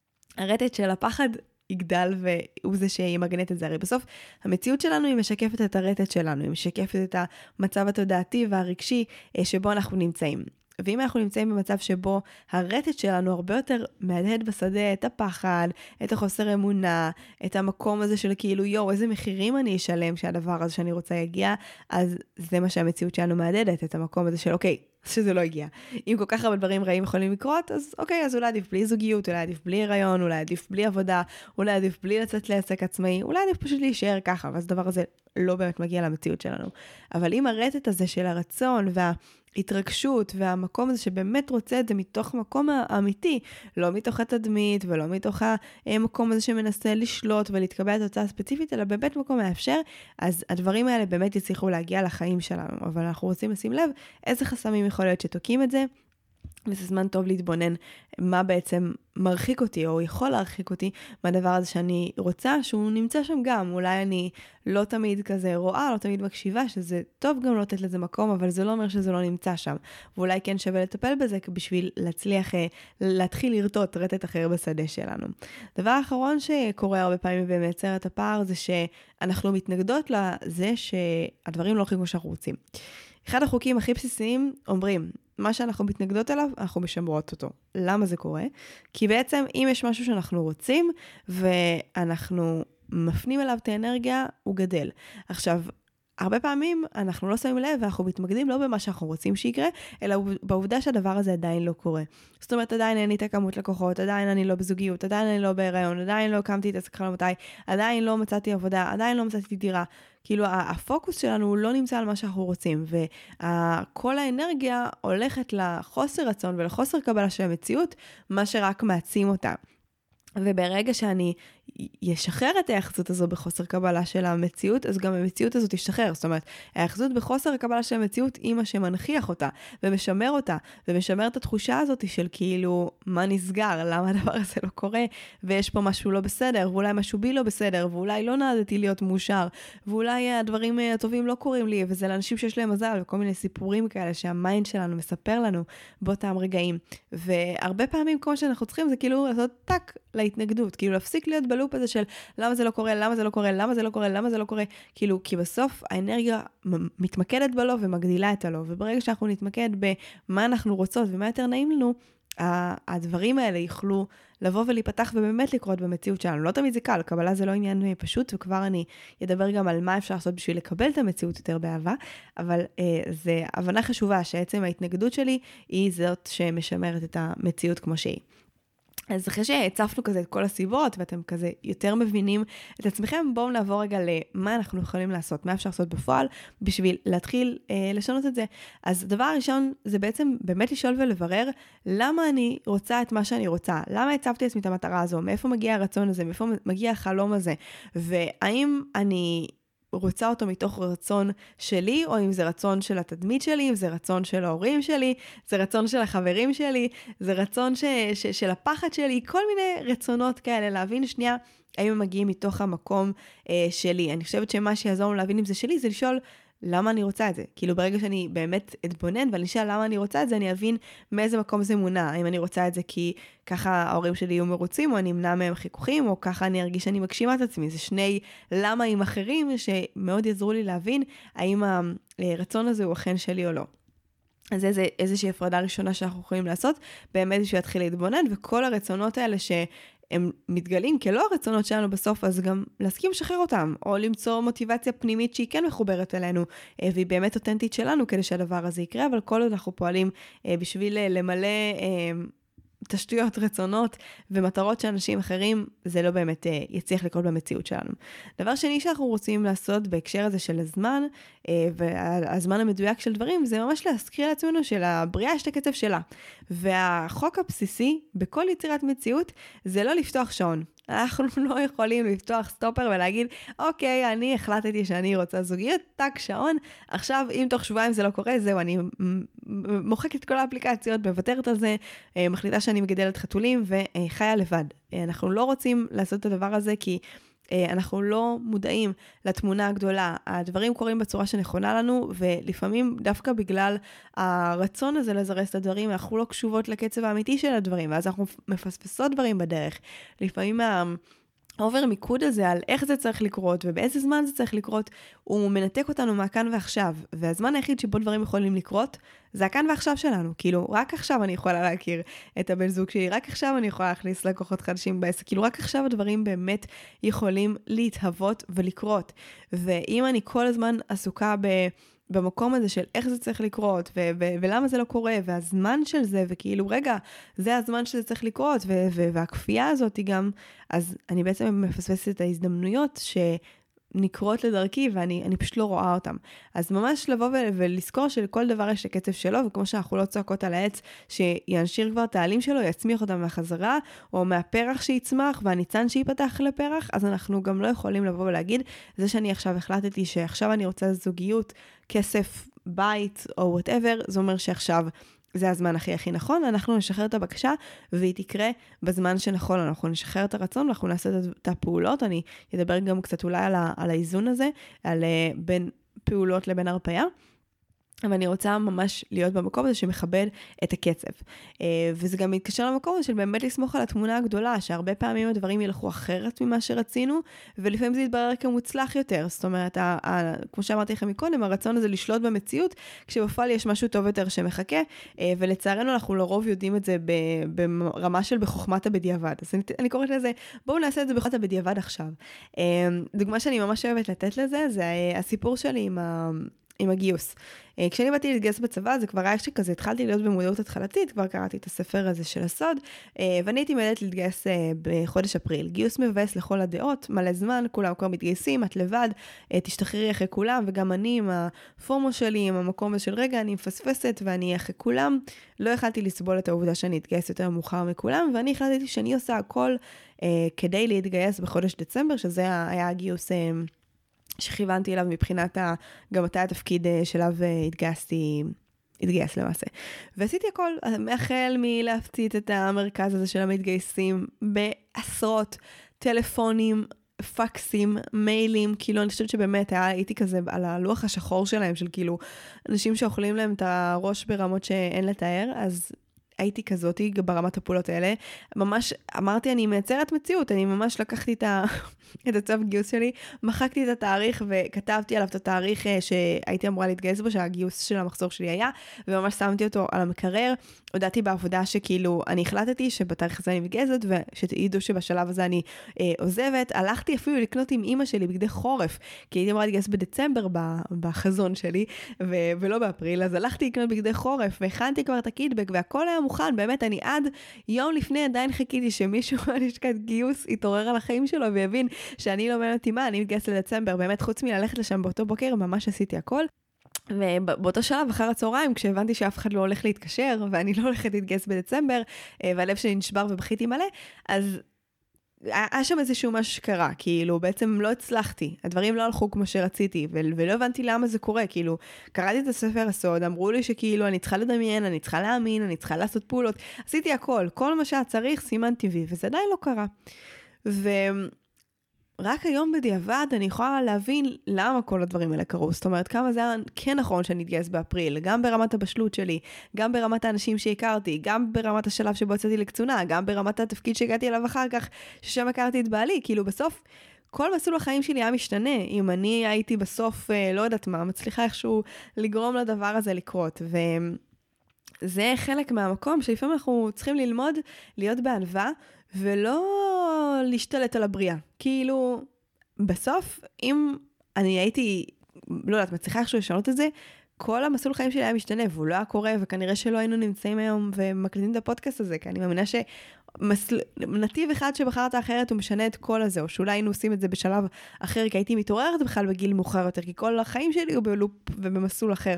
[SPEAKER 1] הרטט של הפחד יגדל והוא זה שימגנט את זה. הרי בסוף המציאות שלנו היא משקפת את הרטט שלנו, היא משקפת את המצב התודעתי והרגשי שבו אנחנו נמצאים. ואם אנחנו נמצאים במצב שבו הרטט שלנו הרבה יותר מהדהד בשדה את הפחד, את החוסר אמונה, את המקום הזה של כאילו יו, איזה מחירים אני אשלם שהדבר הזה שאני רוצה יגיע, אז זה מה שהמציאות שלנו מהדהדת, את המקום הזה של אוקיי, שזה לא הגיע. אם כל כך הרבה דברים רעים יכולים לקרות, אז אוקיי, אז אולי עדיף בלי זוגיות, אולי עדיף בלי הריון, אולי עדיף בלי עבודה, אולי עדיף בלי לצאת לעסק עצמאי, אולי עדיף פשוט להישאר ככה, ואז הדבר הזה לא באמת מגיע למציאות שלנו. אבל אם הרטט הזה של הרצון וההתרגשות והמקום הזה שבאמת רוצה את זה מתוך מקום האמיתי, לא מתוך התדמית ולא מתוך המקום הזה שמנסה לשלוט ולהתקבל את התוצאה הספציפית, אלא באמת מקום מאפשר, אז הדברים האלה באמת יצליחו להגיע לחיים שלנו. אבל אנחנו רוצים לשים לב איזה חסמים יכול להיות שתוקים את זה, וזה זמן טוב להתבונן מה בעצם מרחיק אותי, או יכול להרחיק אותי מהדבר הזה שאני רוצה, שהוא נמצא שם גם. אולי אני לא תמיד כזה רואה, לא תמיד מקשיבה, שזה טוב גם לא לתת לזה מקום, אבל זה לא אומר שזה לא נמצא שם. ואולי כן שווה לטפל בזה, בשביל להצליח להתחיל לרטוט רטט אחר בשדה שלנו. דבר האחרון שקורה הרבה פעמים ומייצר את הפער, זה שאנחנו מתנגדות לזה שהדברים לא הולכים כמו שאנחנו רוצים. אחד החוקים הכי בסיסיים אומרים, מה שאנחנו מתנגדות אליו, אנחנו משמרות אותו. למה זה קורה? כי בעצם אם יש משהו שאנחנו רוצים, ואנחנו מפנים אליו את האנרגיה, הוא גדל. עכשיו, הרבה פעמים אנחנו לא שמים לב, ואנחנו מתמקדים לא במה שאנחנו רוצים שיקרה, אלא בעובדה שהדבר הזה עדיין לא קורה. זאת אומרת, עדיין אין לי את הכמות לקוחות, עדיין אני לא בזוגיות, עדיין אני לא בהיריון, עדיין לא הקמתי את עסק חלומותיי, עדיין לא מצאתי עבודה, עדיין לא מצאתי דירה. כאילו, הפוקוס שלנו הוא לא נמצא על מה שאנחנו רוצים, וכל האנרגיה הולכת לחוסר רצון ולחוסר קבלה של המציאות, מה שרק מעצים אותה. וברגע שאני ישחרר את ההיאחזות הזו בחוסר קבלה של המציאות, אז גם המציאות הזו תשתחרר. זאת אומרת, ההיאחזות בחוסר הקבלה של המציאות היא מה שמנחיח אותה, ומשמר אותה, ומשמר את התחושה הזאת של כאילו, מה נסגר, למה הדבר הזה לא קורה, ויש פה משהו לא בסדר, ואולי משהו בי לא בסדר, ואולי לא נעדתי להיות מאושר, ואולי הדברים הטובים לא קורים לי, וזה לאנשים שיש להם מזל, וכל מיני סיפורים כאלה שהמיינד שלנו מספר לנו באותם רגעים. והרבה פעמים כמו שאנחנו צריכים, זה כאילו לעשות טק להתנגדות, כאילו להפסיק להיות בלופ הזה של למה זה לא קורה, למה זה לא קורה, למה זה לא קורה, למה זה לא קורה, כאילו, כי בסוף האנרגיה מתמקדת בלא ומגדילה את הלא, וברגע שאנחנו נתמקד במה אנחנו רוצות ומה יותר נעים לנו, הדברים האלה יוכלו לבוא ולהיפתח ובאמת לקרות במציאות שלנו. לא תמיד זה קל, קבלה זה לא עניין פשוט, וכבר אני אדבר גם על מה אפשר לעשות בשביל לקבל את המציאות יותר באהבה, אבל אה, זה הבנה חשובה שעצם ההתנגדות שלי היא זאת שמשמרת את המציאות כמו שהיא. אז אחרי שהצפנו כזה את כל הסיבות, ואתם כזה יותר מבינים את עצמכם, בואו נעבור רגע למה אנחנו יכולים לעשות, מה אפשר לעשות בפועל, בשביל להתחיל אה, לשנות את זה. אז הדבר הראשון, זה בעצם באמת לשאול ולברר, למה אני רוצה את מה שאני רוצה? למה הצבתי לעצמי את המטרה הזו? מאיפה מגיע הרצון הזה? מאיפה מגיע החלום הזה? והאם אני רוצה אותו מתוך רצון שלי, או אם זה רצון של התדמית שלי, אם זה רצון של ההורים שלי, זה רצון של החברים שלי, זה רצון ש, ש, של הפחד שלי, כל מיני רצונות כאלה, להבין שנייה, האם הם מגיעים מתוך המקום אה, שלי. אני חושבת שמה שיעזור לנו להבין אם זה שלי, זה לשאול, למה אני רוצה את זה? כאילו ברגע שאני באמת אתבונן ואני אשאל למה אני רוצה את זה, אני אבין מאיזה מקום זה מונע. האם אני רוצה את זה כי ככה ההורים שלי יהיו מרוצים, או אני אמנע מהם חיכוכים, או ככה אני ארגיש שאני מגשימה את עצמי. זה שני למה עם אחרים שמאוד יעזרו לי להבין האם הרצון הזה הוא אכן שלי או לא. אז זה איזושהי הפרדה ראשונה שאנחנו יכולים לעשות, באמת בשביל להתחיל להתבונן, וכל הרצונות האלה ש... הם מתגלים כלא הרצונות שלנו בסוף, אז גם להסכים לשחרר אותם, או למצוא מוטיבציה פנימית שהיא כן מחוברת אלינו, והיא באמת אותנטית שלנו כדי שהדבר הזה יקרה, אבל כל עוד אנחנו פועלים בשביל למלא תשתיות, רצונות ומטרות שאנשים אחרים, זה לא באמת יצליח לקרות במציאות שלנו. דבר שני שאנחנו רוצים לעשות בהקשר הזה של הזמן, והזמן המדויק של דברים, זה ממש להזכיר לעצמנו שלבריאה יש את הקצב שלה. והחוק הבסיסי בכל יצירת מציאות, זה לא לפתוח שעון. אנחנו לא יכולים לפתוח סטופר ולהגיד, אוקיי, אני החלטתי שאני רוצה זוגיות, טק שעון, עכשיו אם תוך שבועיים זה לא קורה, זהו, אני מוחקת את כל האפליקציות, מוותרת על זה, מחליטה שאני מגדלת חתולים וחיה לבד. אנחנו לא רוצים לעשות את הדבר הזה כי אנחנו לא מודעים לתמונה הגדולה. הדברים קורים בצורה שנכונה לנו, ולפעמים דווקא בגלל הרצון הזה לזרס את הדברים, אנחנו לא קשובות לקצב האמיתי של הדברים, ואז אנחנו מפספסות דברים בדרך. לפעמים האובר מיקוד הזה על איך זה צריך לקרות, ובאיזה זמן זה צריך לקרות, הוא מנתק אותנו מהכאן ועכשיו, והזמן היחיד שבו דברים יכולים לקרות, זה הכאן ועכשיו שלנו. כאילו, רק עכשיו אני יכולה להכיר את הבן זוג שלי, רק עכשיו אני יכולה להכניס לקוחות חדשים בעסק, כאילו, רק עכשיו הדברים באמת יכולים להתהוות ולקרות. ואם אני כל הזמן עסוקה ב... במקום הזה של איך זה צריך לקרות, ו- ו- ולמה זה לא קורה, והזמן של זה, וכאילו, רגע, זה הזמן שזה צריך לקרות, ו- ו- והכפייה הזאת היא גם, אז אני בעצם מפספסת את ההזדמנויות שנקרות לדרכי, ואני אני פשוט לא רואה אותם. אז ממש לבוא ו- ולזכור שלכל דבר יש הקצב שלו, וכמו שאנחנו לא צועקות על העץ, שינשיר כבר את העלים שלו, יצמיח אותם מהחזרה, או מהפרח שיצמח, והניצן שיפתח לפרח, אז אנחנו גם לא יכולים לבוא ולהגיד, זה שאני עכשיו החלטתי שעכשיו אני רוצה זוגיות, כסף, בית או whatever, זה אומר שעכשיו זה הזמן הכי הכי נכון, אנחנו נשחרר את הבקשה והיא תקרה בזמן שנכון, אנחנו נשחרר את הרצון ואנחנו נעשה את הפעולות. אני אדבר גם קצת אולי על, ה, על האיזון הזה, על בין פעולות לבין הרפאיה, אבל אני רוצה ממש להיות במקום הזה שמכבד את הקצב. וזה גם מתקשר למקום הזה של באמת לסמוך על התמונה הגדולה, שהרבה פעמים הדברים ילכו אחרת ממה שרצינו, ולפעמים זה יתברר כמוצלח יותר. זאת אומרת, ה- ה- כמו שאמרתי לכם מקודם, הרצון הזה לשלוט במציאות, כשבפועל יש משהו טוב יותר שמחכה, ולצערנו אנחנו לרוב יודעים את זה ברמה של בחוכמת הבדיעבד. אז אני, אני קוראת לזה, בואו נעשה את זה בחוכמת הבדיעבד עכשיו. דוגמה שאני ממש אוהבת לתת לזה, זה הסיפור שלי עם ה... עם הגיוס. כשאני באתי להתגייס בצבא, זה כבר היה שכזה, התחלתי להיות במודעות התחלתית, כבר קראתי את הספר הזה של הסוד, ואני הייתי מלאת להתגייס בחודש אפריל. גיוס מבאס לכל הדעות, מלא זמן, כולם כבר מתגייסים, את לבד, תשתחררי אחרי כולם, וגם אני עם הפורמו שלי, עם המקום הזה של רגע, אני מפספסת, ואני אחרי כולם, לא יכלתי לסבול את העובדה שאני אתגייס יותר מאוחר מכולם, ואני החלטתי שאני עושה הכל כדי להתגייס בחודש דצמבר, שזה היה הגיוס שכיוונתי אליו מבחינת ה... גם מתי התפקיד שלב התגייסתי, התגייס למעשה. ועשיתי הכל, החל מלהפציץ את המרכז הזה של המתגייסים, בעשרות טלפונים, פקסים, מיילים, כאילו אני חושבת שבאמת היה, הייתי כזה על הלוח השחור שלהם, של כאילו אנשים שאוכלים להם את הראש ברמות שאין לתאר, אז... הייתי כזאתי ברמת הפעולות האלה, ממש אמרתי אני מייצרת מציאות, אני ממש לקחתי את, ה... את הצו גיוס שלי, מחקתי את התאריך וכתבתי עליו את התאריך שהייתי אמורה להתגייס בו, שהגיוס של המחזור שלי היה, וממש שמתי אותו על המקרר, הודעתי בעבודה שכאילו אני החלטתי שבתאריך הזה אני מתגייסת, ושתעידו שבשלב הזה אני אה, עוזבת, הלכתי אפילו לקנות עם אמא שלי בגדי חורף, כי הייתי אמורה להתגייס בדצמבר בחזון שלי, ו... ולא באפריל, אז הלכתי לקנות בגדי חורף, והכנתי כבר את הקידבק, והכל היה מוכן, באמת, אני עד יום לפני עדיין חיכיתי שמישהו לשכת גיוס יתעורר על החיים שלו ויבין שאני לא מעניין אותי מה, אני מתגייס לדצמבר, באמת חוץ מללכת לשם באותו בוקר, ממש עשיתי הכל. ובאותו שלב, אחר הצהריים, כשהבנתי שאף אחד לא הולך להתקשר, ואני לא הולכת להתגייס בדצמבר, והלב שלי נשבר ובכיתי מלא, אז היה שם איזשהו משהו שקרה, כאילו בעצם לא הצלחתי, הדברים לא הלכו כמו שרציתי, ולא הבנתי למה זה קורה, כאילו קראתי את הספר הסוד, אמרו לי שכאילו אני צריכה לדמיין, אני צריכה להאמין, אני צריכה לעשות פעולות, עשיתי הכל, כל מה שהיה צריך, סימן טבעי, וזה עדיין לא קרה. ורק היום בדיעבד אני יכולה להבין למה כל הדברים האלה קרו, זאת אומרת כמה זה היה כן נכון שאני אתגייס באפריל, גם ברמת הבשלות שלי, גם ברמת האנשים שהכרתי, גם ברמת השלב שבו יצאתי לקצונה, גם ברמת התפקיד שהגעתי אליו אחר כך, ששם הכרתי את בעלי, כאילו בסוף כל מסלול החיים שלי היה משתנה, אם אני הייתי בסוף, לא יודעת מה, מצליחה איכשהו לגרום לדבר הזה לקרות, וזה חלק מהמקום שלפעמים אנחנו צריכים ללמוד להיות בענווה, ולא להשתלט על הבריאה. כאילו, בסוף, אם אני הייתי, לא יודעת, מצליחה איכשהו לשנות את זה, כל המסלול חיים שלי היה משתנה, והוא לא היה קורה, וכנראה שלא היינו נמצאים היום ומקליטים את הפודקאסט הזה, כי אני מאמינה שנתיב אחד שבחרת אחרת הוא משנה את כל הזה, או שאולי היינו עושים את זה בשלב אחר, כי הייתי מתעוררת בכלל בגיל מאוחר יותר, כי כל החיים שלי הוא בלופ ובמסלול אחר.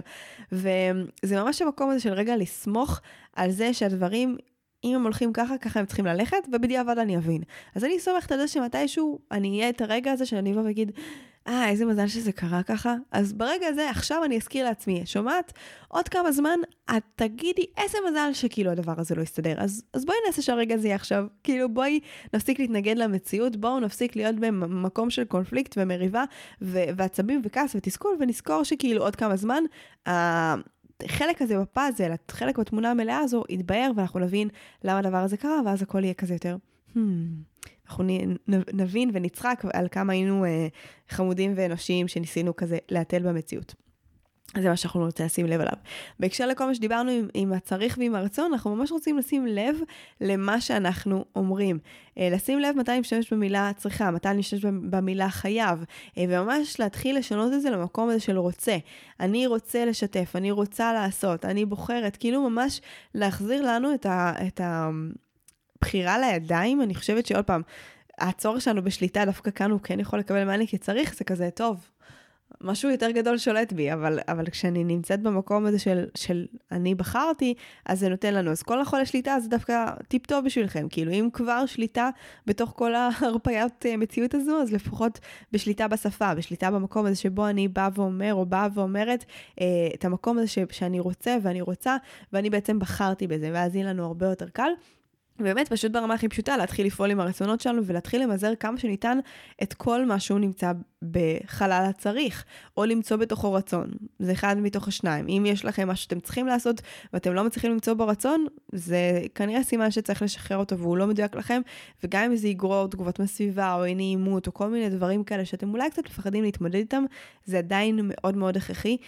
[SPEAKER 1] וזה ממש המקום הזה של רגע לסמוך על זה שהדברים אם הם הולכים ככה, ככה הם צריכים ללכת, ובדיעבד אני אבין. אז אני סומכת על זה שמתישהו אני אהיה את הרגע הזה שאני אבוא ואגיד, אה, איזה מזל שזה קרה ככה. אז ברגע הזה, עכשיו אני אזכיר לעצמי, שומעת? עוד כמה זמן, את תגידי איזה מזל שכאילו הדבר הזה לא יסתדר. אז, אז בואי נעשה שהרגע הזה יהיה עכשיו. כאילו בואי נפסיק להתנגד למציאות, בואו נפסיק להיות במקום של קונפליקט ומריבה, ו- ועצבים וכעס ותסכול, ונזכור שכאילו עוד כמה זמן, אה, חלק הזה בפאזל, חלק בתמונה המלאה הזו, יתבהר ואנחנו נבין למה הדבר הזה קרה, ואז הכל יהיה כזה יותר. Hmm. אנחנו נבין ונצחק על כמה היינו אה, חמודים ואנושיים שניסינו כזה להתל במציאות. זה מה שאנחנו רוצים לשים לב עליו. בהקשר לכל מה שדיברנו עם, עם הצריך ועם הרצון, אנחנו ממש רוצים לשים לב למה שאנחנו אומרים. אה, לשים לב מתי נשתמש במילה צריכה, מתי נשתמש במילה חייב, אה, וממש להתחיל לשנות את זה למקום הזה של רוצה. אני רוצה לשתף, אני רוצה לעשות, אני בוחרת, כאילו ממש להחזיר לנו את ה... את ה בחירה לידיים. אני חושבת שעוד פעם, הצורך שלנו בשליטה דווקא כאן הוא כן יכול לקבל מענה, כי צריך, זה כזה טוב. משהו יותר גדול שולט בי, אבל, אבל כשאני נמצאת במקום הזה של, של אני בחרתי, אז זה נותן לנו. אז כל החולה שליטה זה דווקא טיפ טוב בשבילכם. כאילו אם כבר שליטה בתוך כל ההרפיית מציאות הזו, אז לפחות בשליטה בשפה, בשליטה במקום הזה שבו אני באה ואומר, או באה ואומרת, אה, את המקום הזה ש, שאני רוצה ואני רוצה, ואני בעצם בחרתי בזה, ואז יהיה לנו הרבה יותר קל. ובאמת, פשוט ברמה הכי פשוטה, להתחיל לפעול עם הרצונות שלנו, ולהתחיל למזער כמה שניתן את כל מה שהוא נמצא בחלל הצריך, או למצוא בתוכו רצון. זה אחד מתוך השניים. אם יש לכם מה שאתם צריכים לעשות, ואתם לא מצליחים למצוא בו רצון, זה כנראה סימן שצריך לשחרר אותו, והוא לא מדויק לכם, וגם אם זה יגרור תגובות מסביבה, או נעימות, או כל מיני דברים כאלה, שאתם אולי קצת מפחדים להתמודד איתם, זה עדיין מאוד מאוד הכרחי,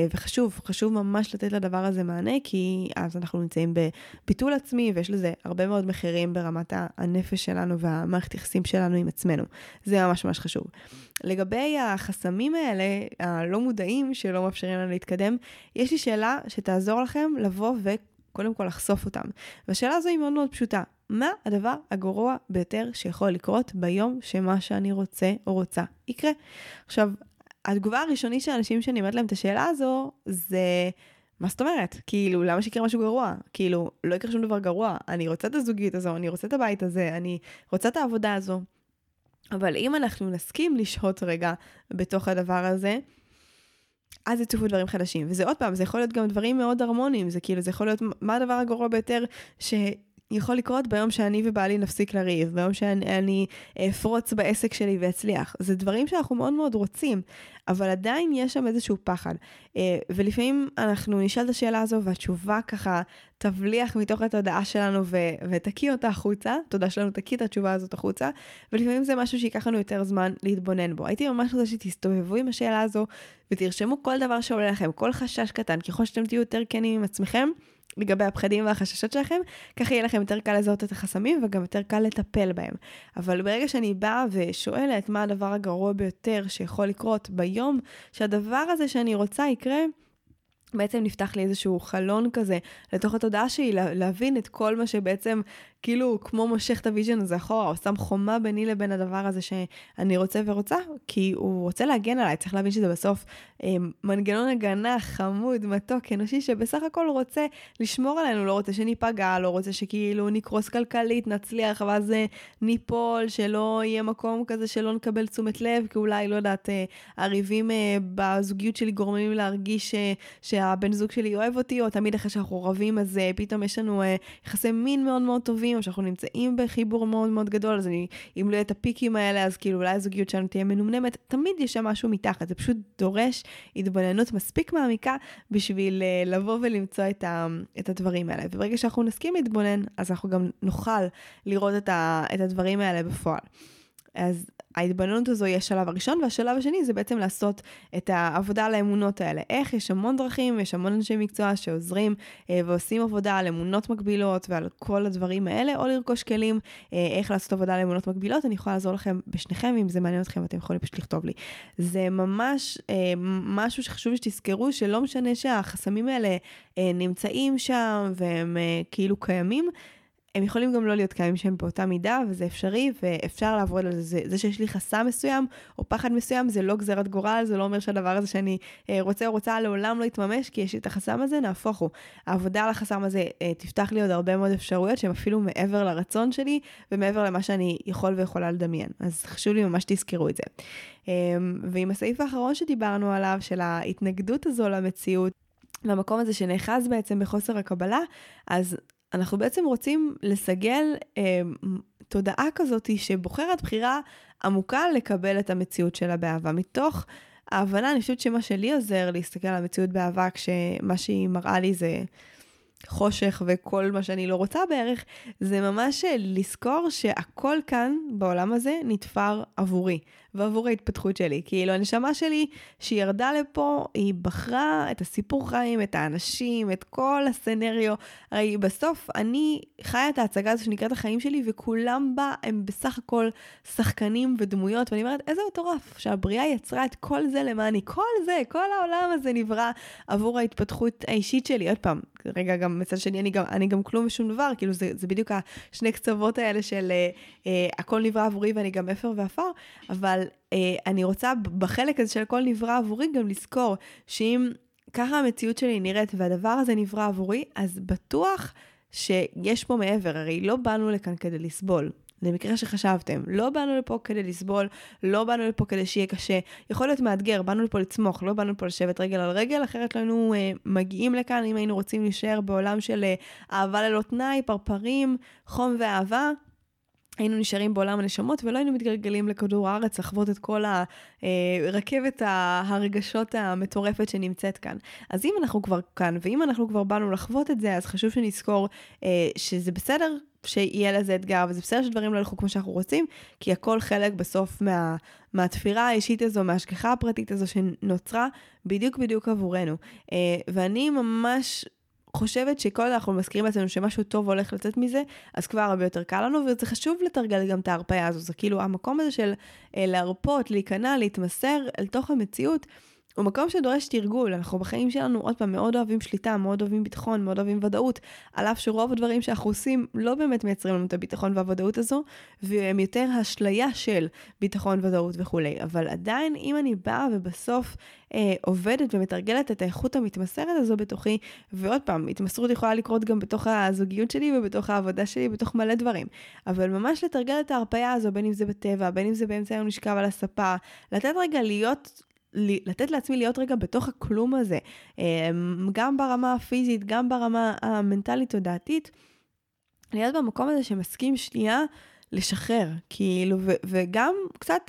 [SPEAKER 1] וחשוב, חשוב ממש לתת לדבר הזה מענה, כי אז אנחנו נמצאים בביטול עצמי, ויש לזה הרבה מאוד מאוד מחירים ברמת הנפש שלנו והמערכת יחסים שלנו עם עצמנו. זה ממש ממש חשוב. לגבי החסמים האלה, הלא מודעים שלא מאפשרים לנו להתקדם, יש לי שאלה שתעזור לכם לבוא וקודם כל לחשוף אותם. והשאלה הזו היא מאוד מאוד פשוטה. מה הדבר הגרוע ביותר שיכול לקרות ביום שמה שאני רוצה או רוצה יקרה? עכשיו, התגובה הראשונית של אנשים שאני אומרת להם את השאלה הזו, זה, מה זאת אומרת? כאילו, למה שיקרה משהו גרוע? כאילו, לא יקרה שום דבר גרוע. אני רוצה את הזוגיות הזו, אני רוצה את הבית הזה, אני רוצה את העבודה הזו. אבל אם אנחנו נסכים לשהות רגע בתוך הדבר הזה, אז יצופו דברים חדשים. וזה עוד פעם, זה יכול להיות גם דברים מאוד הרמוניים. זה כאילו, זה יכול להיות מה הדבר הגרוע ביותר ש... יכול לקרות ביום שאני ובעלי נפסיק לריב, ביום שאני אפרוץ בעסק שלי ואצליח. זה דברים שאנחנו מאוד מאוד רוצים, אבל עדיין יש שם איזשהו פחד. ולפעמים אנחנו נשאל את השאלה הזו, והתשובה ככה תבליח מתוך התודעה שלנו ו- ותקיא אותה החוצה, תודה שלנו תקיא את התשובה הזאת החוצה, ולפעמים זה משהו שיקח לנו יותר זמן להתבונן בו. הייתי ממש רוצה שתסתובבו עם השאלה הזו, ותרשמו כל דבר שעולה לכם, כל חשש קטן, ככל שאתם תהיו יותר כנים עם עצמכם, לגבי הפחדים והחששות שלכם, ככה יהיה לכם יותר קל לזהות את החסמים, וגם יותר קל לטפל בהם. אבל ברגע שאני באה ושואלת מה הדבר הגרוע ביותר שיכול לקרות ביום, שהדבר הזה שאני רוצה יקרה, בעצם נפתח לי איזשהו חלון כזה, לתוך התודעה שלי, להבין את כל מה שבעצם, כאילו, כמו מושך את הוויז'ן הזה אחורה, או שם חומה ביני לבין הדבר הזה שאני רוצה ורוצה, כי הוא רוצה להגן עליי, צריך להבין שזה בסוף אה, מנגנון הגנה, חמוד, מתוק, אנושי, שבסך הכל רוצה לשמור עלינו, לא רוצה שניפגע, לא רוצה שכאילו נקרוס כלכלית, נצליח, ואז ניפול, שלא יהיה מקום כזה, שלא נקבל תשומת לב, כי אולי, לא יודעת, אה, הריבים אה, בזוגיות שלי גורמים להרגיש אה, שהבן זוג שלי אוהב אותי, או תמיד אחרי שאנחנו רבים, אז אה, פתאום יש לנו אה, יחסי מין מאוד מאוד טובים, או שאנחנו נמצאים בחיבור מאוד מאוד גדול, אז אני, אם לא יהיה את הפיקים האלה, אז כאילו אולי הזוגיות שלנו תהיה מנומנמת, תמיד יש שם משהו מתחת, זה פשוט דורש התבוננות מספיק מעמיקה, בשביל uh, לבוא ולמצוא את, ה, את הדברים האלה, וברגע שאנחנו נסכים להתבונן, אז אנחנו גם נוכל לראות את, ה, את הדברים האלה בפועל. אז ההתבוננות הזו היא השלב הראשון, והשלב השני זה בעצם לעשות את העבודה על האמונות האלה. איך? יש המון דרכים, יש המון אנשי מקצוע שעוזרים אה, ועושים עבודה על אמונות מקבילות ועל כל הדברים האלה, או לרכוש כלים, אה, איך לעשות עבודה על אמונות מקבילות. אני יכולה לעזור לכם בשניכם, אם זה מעניין אתכם, אתם יכולים פשוט לכתוב לי. זה ממש אה, משהו שחשוב שתזכרו, שלא משנה שהחסמים האלה אה, נמצאים שם, והם אה, כאילו קיימים, הם יכולים גם לא להיות קיימים שהם באותה מידה, וזה אפשרי, ואפשר לעבוד על זה. זה שיש לי חסם מסוים, או פחד מסוים, זה לא גזרת גורל, זה לא אומר שהדבר הזה שאני רוצה או רוצה לעולם לא יתממש, כי יש לי את החסם הזה, נהפוך הוא. העבודה על החסם הזה תפתח לי עוד הרבה מאוד אפשרויות, שהם אפילו מעבר לרצון שלי, ומעבר למה שאני יכול ויכולה לדמיין. אז חשוב לי ממש תזכרו את זה. ועם הסעיף האחרון שדיברנו עליו, של ההתנגדות הזו למציאות, למקום הזה שנאחז בעצם בחוסר הקבלה, אז אנחנו בעצם רוצים לסגל אה, תודעה כזאת שבוחרת בחירה עמוקה לקבל את המציאות שלה באהבה. מתוך ההבנה, אני חושבת שמה שלי עוזר להסתכל על המציאות באהבה, כשמה שהיא מראה לי זה חושך וכל מה שאני לא רוצה בערך, זה ממש לזכור שהכל כאן בעולם הזה נתפר עבורי, ועבור ההתפתחות שלי. כאילו הנשמה שלי שהיא ירדה לפה, היא בחרה את הסיפור חיים, את האנשים, את כל הסנריו. הרי בסוף אני חיה את ההצגה הזו שנקראת החיים שלי, וכולם בה הם בסך הכל שחקנים ודמויות, ואני אומרת, איזה מטורף שהבריאה יצרה את כל זה למעני. כל זה, כל העולם הזה נברא עבור ההתפתחות האישית שלי. עוד פעם, רגע, גם מצד שני, אני גם, אני גם כלום ושום דבר, כאילו זה, זה בדיוק השני קצוות האלה של אה, אה, הכל נברא עבורי ואני גם אפר ואפר, אבל אה, אני רוצה בחלק הזה של הכל נברא עבורי גם לזכור שאם ככה המציאות שלי נראית והדבר הזה נברא עבורי, אז בטוח שיש פה מעבר, הרי לא באנו לכאן כדי לסבול. למקרה שחשבתם, לא באנו לפה כדי לסבול, לא באנו לפה כדי שיהיה קשה, יכול להיות מאתגר, באנו לפה לצמוח, לא באנו לפה לשבת רגל על רגל, אחרת לא היינו אה, מגיעים לכאן, אם היינו רוצים להישאר בעולם של אה, אהבה ללא תנאי, פרפרים, חום ואהבה, היינו נשארים בעולם הנשמות, ולא היינו מתגלגלים לכדור הארץ, לחוות את כל הרכבת הרגשות המטורפת שנמצאת כאן. אז אם אנחנו כבר כאן, ואם אנחנו כבר באנו לחוות את זה, אז חשוב שנזכור אה, שזה בסדר, שיהיה לזה אתגר, וזה בסדר שדברים לא ילכו כמו שאנחנו רוצים, כי הכל חלק בסוף מה, מהתפירה האישית הזו, מההשגחה הפרטית הזו שנוצרה בדיוק בדיוק עבורנו. ואני ממש חושבת שכל עוד אנחנו מזכירים לעצמנו שמשהו טוב הולך לצאת מזה, אז כבר הרבה יותר קל לנו, וזה חשוב לתרגל גם את ההרפאיה הזו. זה כאילו המקום הזה של להרפות, להיכנע, להתמסר אל תוך המציאות, הוא מקום שדורש תרגול. אנחנו בחיים שלנו עוד פעם מאוד אוהבים שליטה, מאוד אוהבים ביטחון, מאוד אוהבים ודאות, על אף שרוב הדברים שאנחנו עושים לא באמת מייצרים לנו את הביטחון והוודאות הזו, והם יותר השליה של ביטחון, ודאות וכו'. אבל עדיין, אם אני באה ובסוף אה, עובדת ומתרגלת את האיכות המתמסרת הזו בתוכי, ועוד פעם, התמסרות יכולה לקרות גם בתוך הזוגיות שלי ובתוך העבודה שלי, בתוך מלא דברים. אבל ממש לתרגל את ההרפאיה הזו, בין אם זה בטבע, בין אם זה באמצע היום לשכב על הספה, לתת רגע להיות לתת לעצמי להיות רגע בתוך הכלום הזה, גם ברמה הפיזית, גם ברמה המנטלית או דעתית, להיות במקום הזה שמסכים שנייה לשחרר, כאילו, ו- וגם קצת,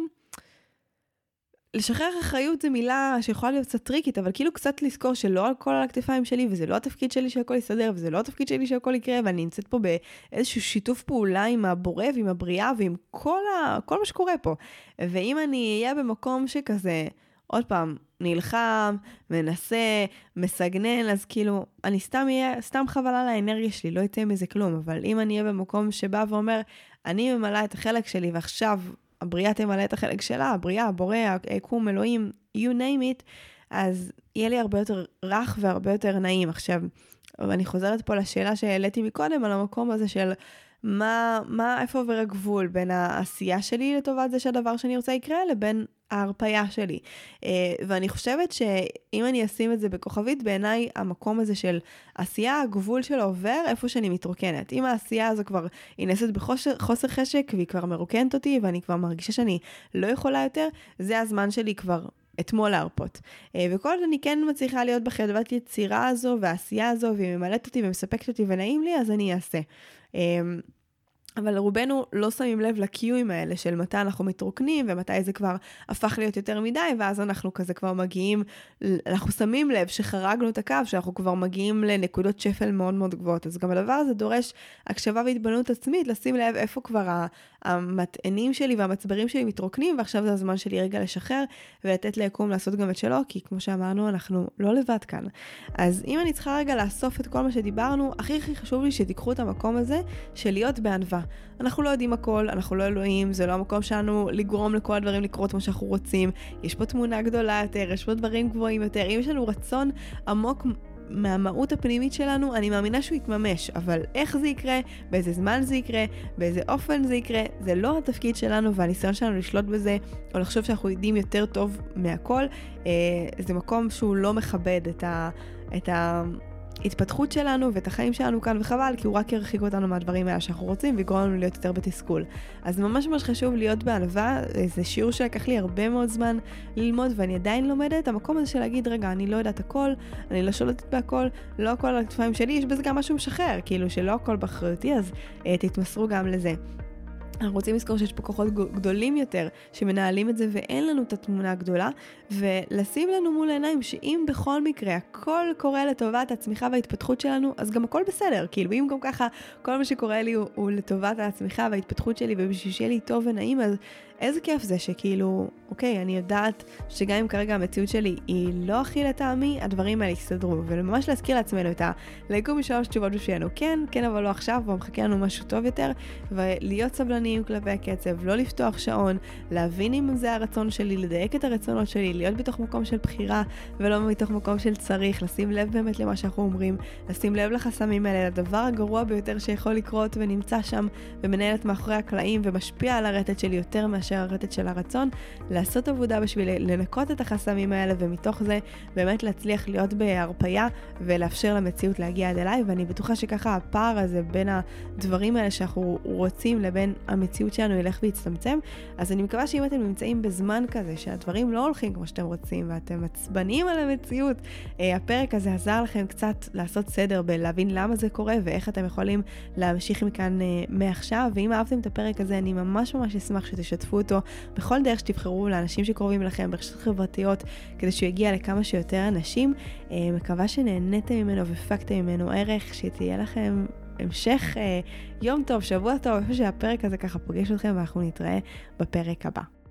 [SPEAKER 1] לשחרר אחריות זה מילה שיכולה להיות קצת טריקית, אבל כאילו קצת לזכור שלא הכל על הכתפיים שלי, וזה לא התפקיד שלי שהכל יסתדר, וזה לא התפקיד שלי שהכל יקרה, ואני נמצאת פה באיזשהו שיתוף פעולה עם הבורא, ועם הבריאה, ועם כל, ה... כל מה שקורה פה. ואם אני אהיה במקום שכזה, עוד פעם, נלחם, מנסה, מסגנן, אז כאילו, אני סתם אהיה, סתם חבלה לאנרגיה שלי, לא יצא מזה כלום, אבל אם אני אהיה במקום שבא ואומר, אני ממלא את החלק שלי, ועכשיו הבריאה תמלא את החלק שלה, הבריאה, הבורא, היקום, אלוהים, you name it, אז יהיה לי הרבה יותר רך והרבה יותר נעים. עכשיו, אני חוזרת פה לשאלה שהעליתי מקודם, על המקום הזה של מה, מה, איפה עובר הגבול בין העשייה שלי לטובת זה שהדבר שאני רוצה יקרה, לבין ההרפאיה שלי. ואני חושבת שאם אני אשים את זה בכוכבית, בעיניי המקום הזה של עשייה, הגבול שלו עובר איפה שאני מתרוקנת. אם העשייה הזו כבר היא נעשית בחוסר חשק, והיא כבר מרוקנת אותי, ואני כבר מרגישה שאני לא יכולה יותר, זה הזמן שלי כבר אתמול להרפות. וכל עוד אני כן מצליחה להיות בחדוות יצירה הזו, והעשייה הזו, והיא ממלאת אותי ומספקת אותי ונעים לי, אז אני אעשה. אבל רובנו לא שמים לב לקיואים האלה של מתי אנחנו מתרוקנים, ומתי זה כבר הפך להיות יותר מדי, ואז אנחנו כזה כבר מגיעים, אנחנו שמים לב שחרגנו את הקו, שאנחנו כבר מגיעים לנקודות שפל מאוד מאוד גבוהות. אז גם הדבר הזה דורש הקשבה והתבוננות עצמית, לשים לב איפה כבר המטענים שלי והמצברים שלי מתרוקנים, ועכשיו זה הזמן שלי רגע לשחרר, ולתת ליקום לעשות גם את שלו, כי כמו שאמרנו, אנחנו לא לבד כאן. אז אם אני צריכה רגע לאסוף את כל מה שדיברנו, הכי הכי חשוב לי שתיקחו את המקום הזה, של להיות בענווה. אנחנו לא יודעים הכל, אנחנו לא אלוהים, זה לא המקום שלנו לגרום לכל הדברים לקרות כמו שאנחנו רוצים. יש פה תמונה גדולה יותר, יש פה דברים גבוהים יותר. אם יש לנו רצון עמוק מהמהות הפנימית שלנו, אני מאמינה שהוא יתממש, אבל איך זה יקרה, באיזה זמן זה יקרה, באיזה אופן זה יקרה, זה לא התפקיד שלנו, והניסיון שלנו לשלוט בזה, או לחשוב שאנחנו יודעים יותר טוב מהכל, זה מקום שהוא לא מכבד את ה... את ה התפתחות שלנו ואת החיים שלנו כאן, וחבל, כי הוא רק ירחיק אותנו מהדברים האלה שאנחנו רוצים, ויגרום לנו להיות יותר בתסכול. אז ממש ממש חשוב להיות בענווה, זה שיעור שלקח לי הרבה מאוד זמן ללמוד, ואני עדיין לומדת, המקום הזה של להגיד, רגע, אני לא יודעת הכל, אני לא שולטת בהכל, לא הכל על הכתפיים שלי, יש בזה גם משהו משחרר, כאילו שלא הכל באחריותי, אז uh, תתמסרו גם לזה. אנחנו רוצים לזכור שיש פה כוחות גדולים יותר שמנהלים את זה, ואין לנו את התמונה הגדולה, ולשים לנו מול העיניים שאם בכל מקרה הכל קורה לטובת הצמיחה וההתפתחות שלנו, אז גם הכל בסדר. כאילו אם גם ככה כל מה שקורה לי הוא, הוא לטובת הצמיחה וההתפתחות שלי, ובשביל שיהיה לי טוב ונעים, אז איזה כיף זה שכאילו, אוקיי, אני יודעת שגם אם כרגע המציאות שלי היא לא הכי לטעמי, הדברים האלה יסתדרו, וממש להזכיר לעצמנו את ה... ליקום משלוש תשובות בשבילנו, כן, כן, אבל לא עכשיו, ומחכה לנו משהו טוב יותר, ולהיות סבלניים כלפי הקצב, לא לפתוח שעון, להבין אם זה הרצון שלי, לדייק את הרצונות שלי, להיות בתוך מקום של בחירה, ולא מתוך מקום של צריך, לשים לב באמת למה שאנחנו אומרים, לשים לב לחסמים האלה, לדבר הגרוע ביותר שיכול לקרות ונמצא שם, ומנהלת מאחורי הקלעים, ומשפיע על הרטט שלי יותר מאשר הרטט של הרצון, לעשות עבודה בשביל לנקות את החסמים האלה, ומתוך זה באמת להצליח להיות בהרפאיה, ולאפשר למציאות להגיע עד אליי, ואני בטוחה שככה הפער הזה בין הדברים האלה שאנחנו רוצים לבין המציאות שלנו ילך ויצטמצם. אז אני מקווה שאם אתם נמצאים בזמן כזה, שהדברים לא הולכים כמו שאתם רוצים, ואתם מצבנים על המציאות, הפרק הזה עזר לכם קצת לעשות סדר בלהבין למה זה קורה, ואיך אתם יכולים להמשיך מכאן מעכשיו. ואם אהבתם את הפרק הזה, אני ממש ממש אשמח שתשתפו אותו בכל דרך שתבחרו, לאנשים שקרובים לכם, ברשתות חברתיות, כדי שהוא יגיע לכמה שיותר אנשים. מקווה שנהניתם ממנו והפקתם ממנו ערך, שתהיה לכם המשך יום טוב, שבוע טוב, איפה שהפרק הזה ככה פוגש אתכם, ואנחנו נתראה בפרק הבא.